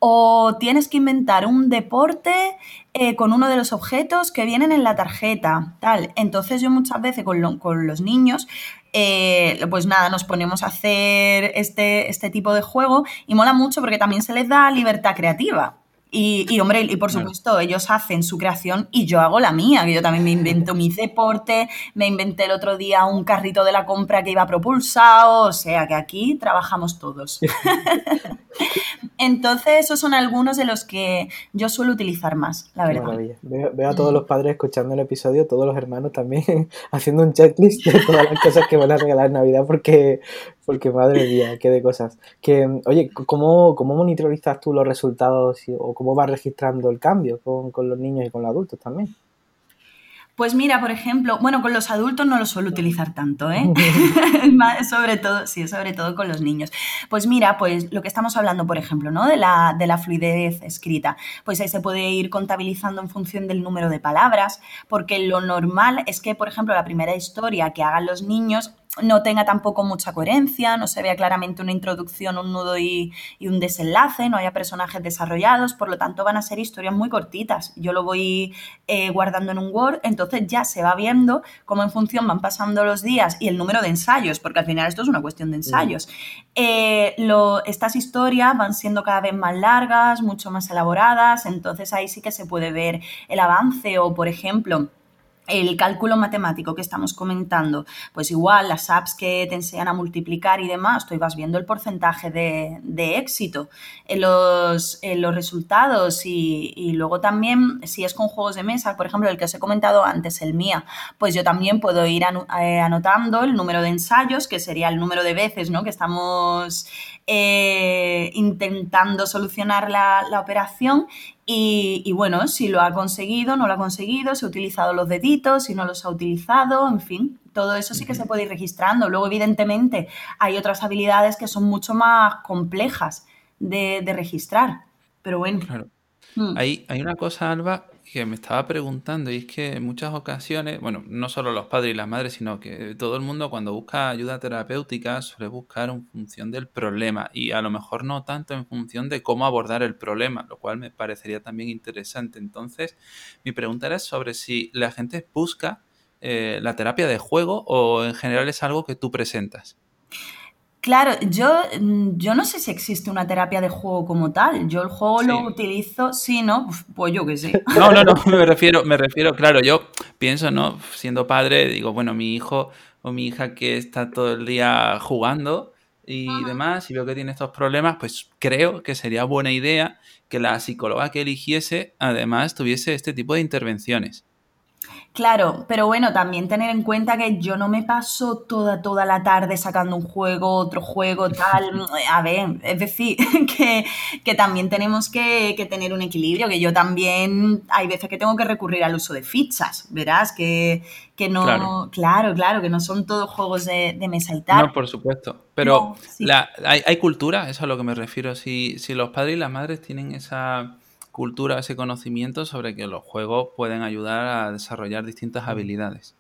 O tienes que inventar un deporte eh, con uno de los objetos que vienen en la tarjeta, tal. Entonces yo muchas veces con, lo, con los niños, eh, pues nada, nos ponemos a hacer este, este tipo de juego y mola mucho porque también se les da libertad creativa. Y, y, hombre, y por supuesto, ellos hacen su creación y yo hago la mía, que yo también me invento mis deportes, me inventé el otro día un carrito de la compra que iba propulsado, o sea que aquí trabajamos todos. Entonces, esos son algunos de los que yo suelo utilizar más, la Qué verdad. maravilla. Veo, veo a todos los padres escuchando el episodio, todos los hermanos también haciendo un checklist de todas las cosas que van a regalar en Navidad porque, porque madre mía, qué de cosas. Que, oye, ¿cómo, cómo monitorizas tú los resultados y- o cómo vas registrando el cambio con, con los niños y con los adultos también? Pues mira, por ejemplo, bueno, con los adultos no lo suelo utilizar tanto, ¿eh? Más- sobre todo, sí, sobre todo con los niños. Pues mira, pues lo que estamos hablando, por ejemplo, ¿no? De la, de la fluidez escrita. Pues ahí se puede ir contabilizando en función del número de palabras, porque lo normal es que, por ejemplo, la primera historia que hagan los niños no tenga tampoco mucha coherencia, no se vea claramente una introducción, un nudo y, y un desenlace, no haya personajes desarrollados, por lo tanto van a ser historias muy cortitas. Yo lo voy eh, guardando en un Word, entonces ya se va viendo cómo en función van pasando los días y el número de ensayos, porque al final esto es una cuestión de ensayos. Eh, lo, estas historias van siendo cada vez más largas, mucho más elaboradas, entonces ahí sí que se puede ver el avance o, por ejemplo, el cálculo matemático que estamos comentando, pues igual las apps que te enseñan a multiplicar y demás, tú ibas viendo el porcentaje de, de éxito en los, en los resultados y, y luego también si es con juegos de mesa, por ejemplo el que os he comentado antes, el Mía, pues yo también puedo ir anotando el número de ensayos, que sería el número de veces, ¿no? que estamos eh, intentando solucionar la, la operación. Y, y bueno, si lo ha conseguido, no lo ha conseguido, si ha utilizado los deditos, si no los ha utilizado, en fin, todo eso sí que se puede ir registrando. Luego, evidentemente, hay otras habilidades que son mucho más complejas de, de registrar. Pero bueno. Claro. Mm. Hay, hay una cosa, Alba, que me estaba preguntando y es que en muchas ocasiones, bueno, no solo los padres y las madres, sino que todo el mundo cuando busca ayuda terapéutica suele buscar en función del problema y a lo mejor no tanto en función de cómo abordar el problema, lo cual me parecería también interesante. Entonces, mi pregunta era sobre si la gente busca eh, la terapia de juego o en general es algo que tú presentas. Claro, yo, yo no sé si existe una terapia de juego como tal. Yo el juego Sí. lo utilizo, sí, ¿no? Pues yo que sé. No, no, no, me refiero, me refiero, claro, yo pienso, ¿no? Siendo padre, digo, bueno, mi hijo o mi hija que está todo el día jugando y demás, y veo que tiene estos problemas, pues creo que sería buena idea que la psicóloga que eligiese, además, tuviese este tipo de intervenciones. Claro, pero bueno, también tener en cuenta que yo no me paso toda, toda la tarde sacando un juego, otro juego, tal. A ver, es decir, que, que también tenemos que, que tener un equilibrio, que yo también hay veces que tengo que recurrir al uso de fichas, verás, que, que no, Claro. claro, claro, que no son todos juegos de, de mesa y tal. No, por supuesto. Pero No, sí. la, hay, hay cultura, eso es a lo que me refiero. Si, si los padres y las madres tienen esa cultura, ese conocimiento sobre que los juegos pueden ayudar a desarrollar distintas habilidades.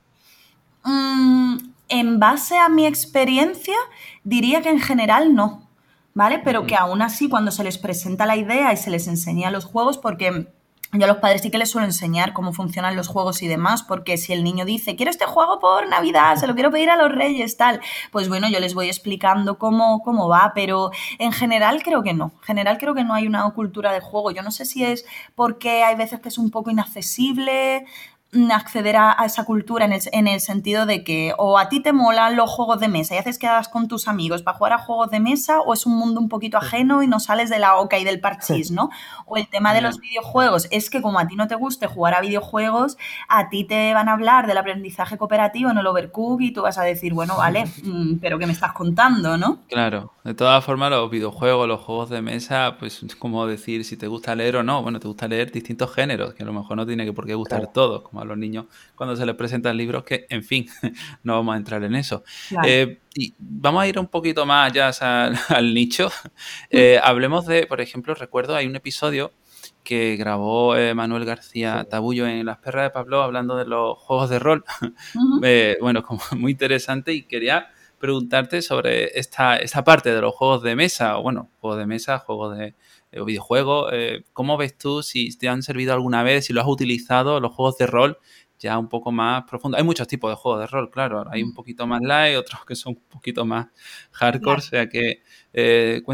Mm, en base a mi experiencia, diría que en general no, ¿vale? Pero Ujú. que aún así, cuando se les presenta la idea y se les enseña los juegos, porque yo a los padres sí que les suelo enseñar cómo funcionan los juegos y demás, porque si el niño dice, quiero este juego por Navidad, se lo quiero pedir a los Reyes, tal, pues bueno, yo les voy explicando cómo, cómo va, pero en general creo que no. En general creo que no hay una cultura de juego. Yo no sé si es porque hay veces que es un poco inaccesible acceder a, a esa cultura en el, en el sentido de que o a ti te molan los juegos de mesa y haces quedadas con tus amigos para jugar a juegos de mesa o es un mundo un poquito ajeno y no sales de la oca y del parchís, ¿no? O el tema de Ya. los videojuegos es que como a ti no te guste jugar a videojuegos, a ti te van a hablar del aprendizaje cooperativo en el Overcooked y tú vas a decir, bueno, vale, mm, pero ¿qué me estás contando, no? Claro, de todas formas los videojuegos, los juegos de mesa, pues es como decir si te gusta leer o no. Bueno, te gusta leer distintos géneros, que a lo mejor no tiene que por qué gustar Claro. todos, como a los niños cuando se les presentan libros que, en fin, no vamos a entrar en eso. Claro. Eh, y vamos a ir un poquito más allá al, al nicho. Eh, hablemos de, por ejemplo, recuerdo, hay un episodio que grabó eh, Manuel García Sí. Tabullo en Las Perras de Pablo hablando de los juegos de rol. Ujú. Eh, bueno, como muy interesante y quería preguntarte sobre esta, esta parte de los juegos de mesa, o bueno, juegos de mesa, juegos de, de videojuegos. Eh, ¿Cómo ves tú si te han servido alguna vez, si lo has utilizado, los juegos de rol ya un poco más profundos? Hay muchos tipos de juegos de rol, claro. Hay un poquito más light, otros que son un poquito más hardcore, Claro. o sea que eh, cuéntame.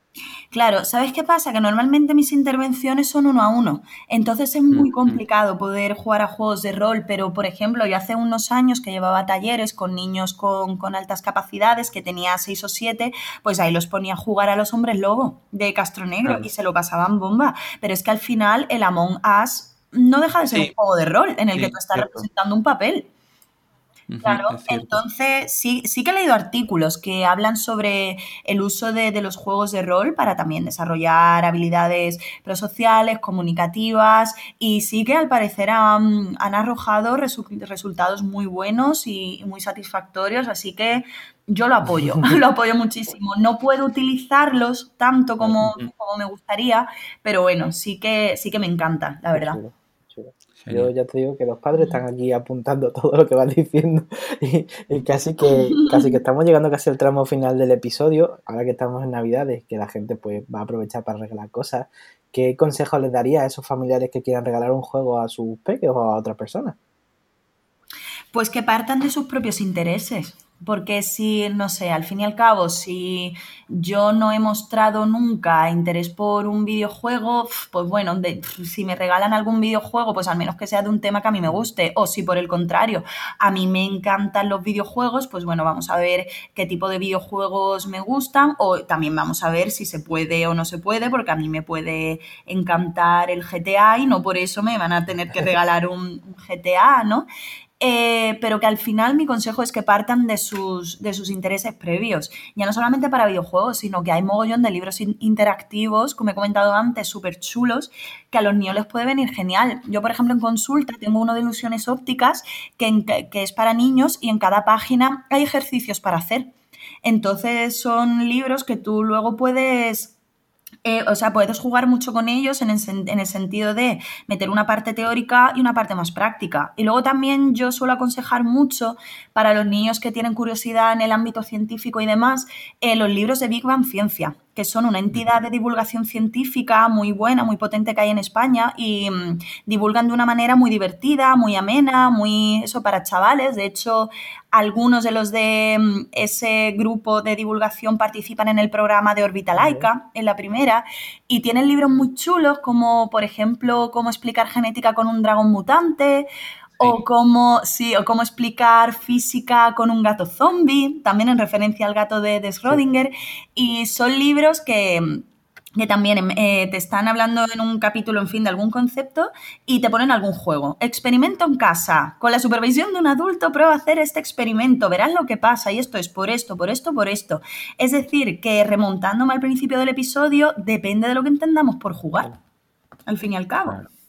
Claro, ¿sabes qué pasa? Que normalmente mis intervenciones son uno a uno, entonces es muy Mm, mm, complicado poder jugar a juegos de rol, pero por ejemplo, yo hace unos años que llevaba talleres con niños con, con altas capacidades, que tenía seis o siete, pues ahí los ponía a jugar a los hombres lobo de Castro Negro y claro. se lo pasaban bomba, pero es que al final el Among Us no deja de ser un Sí, juego de rol en el que sí, tú estás cierto. representando un papel. Ujú, Claro, es cierto. entonces sí, sí que he leído artículos que hablan sobre el uso de, de los juegos de rol para también desarrollar habilidades prosociales, comunicativas, y sí que al parecer han, han arrojado resu- resultados muy buenos y muy satisfactorios, así que yo lo apoyo, lo apoyo muchísimo. No puedo utilizarlos tanto como, Ujú, como me gustaría, pero bueno, sí que, sí que me encanta, la Qué verdad. chulo, chulo. Yo genial. ya te digo que los padres están aquí apuntando todo lo que vas diciendo y, y casi que casi que estamos llegando casi al tramo final del episodio, ahora que estamos en Navidades, que la gente pues va a aprovechar para regalar cosas. ¿Qué consejos les daría a esos familiares que quieran regalar un juego a sus peques o a otras personas? Pues que partan de sus propios intereses. Porque si, no sé, al fin y al cabo, si yo no he mostrado nunca interés por un videojuego, pues bueno, de- si me regalan algún videojuego, pues al menos que sea de un tema que a mí me guste. O si por el contrario, a mí me encantan los videojuegos, pues bueno, vamos a ver qué tipo de videojuegos me gustan. O también vamos a ver si se puede o no se puede, porque a mí me puede encantar el G T A y no por eso me van a tener que regalar un, un G T A, ¿no? Eh, pero que al final mi consejo es que partan de sus, de sus intereses previos. Ya no solamente para videojuegos, sino que hay mogollón de libros in- interactivos, como he comentado antes, súper chulos, que a los niños les puede venir genial. Yo, por ejemplo, en consulta tengo uno de ilusiones ópticas que, en- que es para niños y en cada página hay ejercicios para hacer. Entonces son libros que tú luego puedes eh, o sea, puedes jugar mucho con ellos en el, sen- en el sentido de meter una parte teórica y una parte más práctica. Y luego también yo suelo aconsejar mucho para los niños que tienen curiosidad en el ámbito científico y demás, eh, los libros de Big Bang Ciencia, que son una entidad de divulgación científica muy buena, muy potente que hay en España y mm, divulgan de una manera muy divertida, muy amena, muy eso para chavales. De hecho, algunos de los de mm, ese grupo de divulgación participan en el programa de Órbita Vale. Laica, en la primera, y tienen libros muy chulos como, por ejemplo, cómo explicar genética con un dragón mutante, o Sí. cómo, sí, o cómo explicar física con un gato zombie, también en referencia al gato de, de Sí. Schrödinger, y son libros que, que también eh, te están hablando en un capítulo, en fin, de algún concepto y te ponen algún juego. Experimento en casa. Con la supervisión de un adulto, prueba a hacer este experimento. Verás lo que pasa. Y esto es por esto, por esto, por esto. Es decir, que remontándome al principio del episodio, depende de lo que entendamos por jugar, Claro, al fin y al cabo. Claro.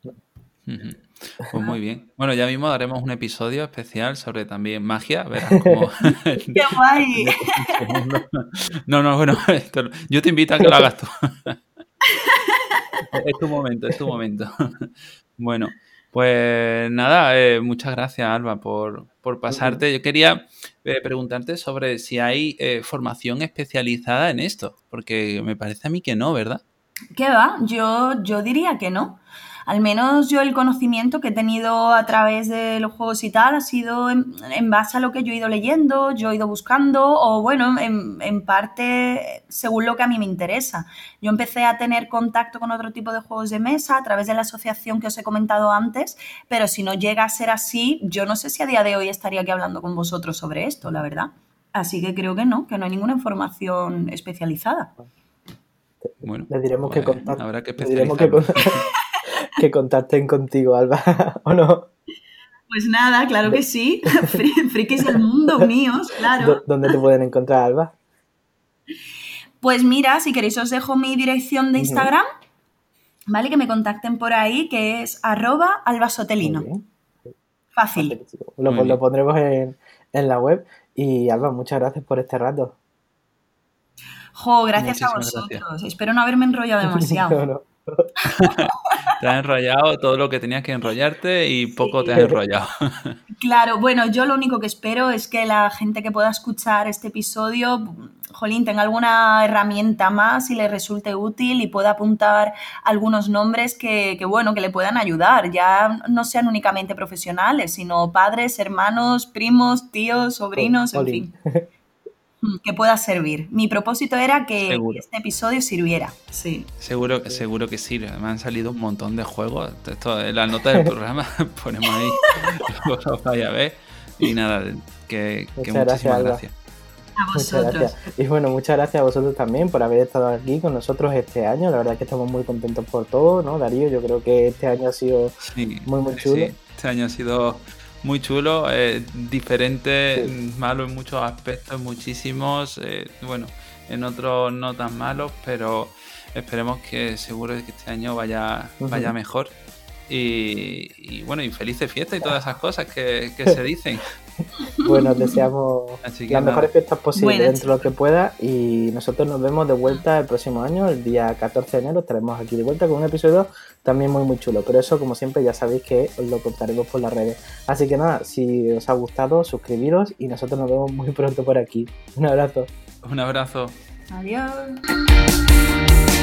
Ujú. Pues muy bien. Bueno, ya mismo haremos un episodio especial sobre también magia. Verás cómo ¡Qué guay! en este segundo. No, no, bueno, esto- yo te invito a que lo hagas tú. Es tu momento, es tu momento. Bueno, pues nada, eh, muchas gracias, Alba, por, por Ujú. pasarte. Yo quería eh, preguntarte sobre si hay eh, formación especializada en esto, porque me parece a mí que no, ¿verdad? ¿Qué va? Yo, yo diría que no. Al menos yo el conocimiento que he tenido a través de los juegos y tal ha sido en, en base a lo que yo he ido leyendo, yo he ido buscando o bueno, en, en parte según lo que a mí me interesa. Yo empecé a tener contacto con otro tipo de juegos de mesa a través de la asociación que os he comentado antes, pero si no llega a ser así, yo no sé si a día de hoy estaría aquí hablando con vosotros sobre esto, la verdad. Así que creo que no, que no hay ninguna información especializada. Bueno, Le diremos que pues contact- habrá que le diremos que, especializarlo. con- que contacten contigo, Alba, ¿o no? Pues nada, claro que sí. Fri- Frikis del mundo, unidos, claro. ¿Dó- ¿Dónde te pueden encontrar, Alba? Pues mira, si queréis os dejo mi dirección de Ujú. Instagram, ¿vale? Que me contacten por ahí, que es arroba Muy albasotelino. bien, Fácil. facilísimo. Lo, Muy lo bien. pondremos en, en la web. Y Alba, muchas gracias por este rato. Jo, gracias a Muchísimas gracias. vosotros. Espero no haberme enrollado demasiado. No, no. Te has enrollado todo lo que tenías que enrollarte y poco te has Sí. enrollado. Claro, bueno, yo lo único que espero es que la gente que pueda escuchar este episodio, jolín, tenga alguna herramienta más y le resulte útil y pueda apuntar algunos nombres que, que, bueno, que le puedan ayudar. Ya no sean únicamente profesionales, sino padres, hermanos, primos, tíos, Todo, sobrinos, en all in. fin. que pueda servir. Mi propósito era que Seguro. este episodio sirviera. Sí. Seguro, seguro que sí. Me han salido un montón de juegos. Esto, en las notas del programa ponemos ahí, los vais a ver. Y nada, que, que Muchas muchísimas gracias, gracias. A Muchas vosotros. gracias. Y bueno, muchas gracias a vosotros también por haber estado aquí con nosotros este año. La verdad que estamos muy contentos por todo, ¿no, Darío? Yo creo que este año ha sido Sí, muy, muy sí, chulo. sí. Este año ha sido muy chulo, eh, diferente, Sí. malo en muchos aspectos, muchísimos. Eh, bueno, en otros no tan malos, pero esperemos que seguro que este año vaya, vaya Ujú. mejor. Y, y bueno, y felices fiestas y todas esas cosas que, que se dicen. Bueno, os deseamos Así que las nada. mejores fiestas posibles Bueno, dentro de lo que pueda y nosotros nos vemos de vuelta el próximo año, el día catorce de enero estaremos aquí de vuelta con un episodio también muy muy chulo, pero eso como siempre ya sabéis que os lo contaremos por las redes. Así que nada, si os ha gustado suscribiros y nosotros nos vemos muy pronto por aquí. Un abrazo. Un abrazo. Adiós.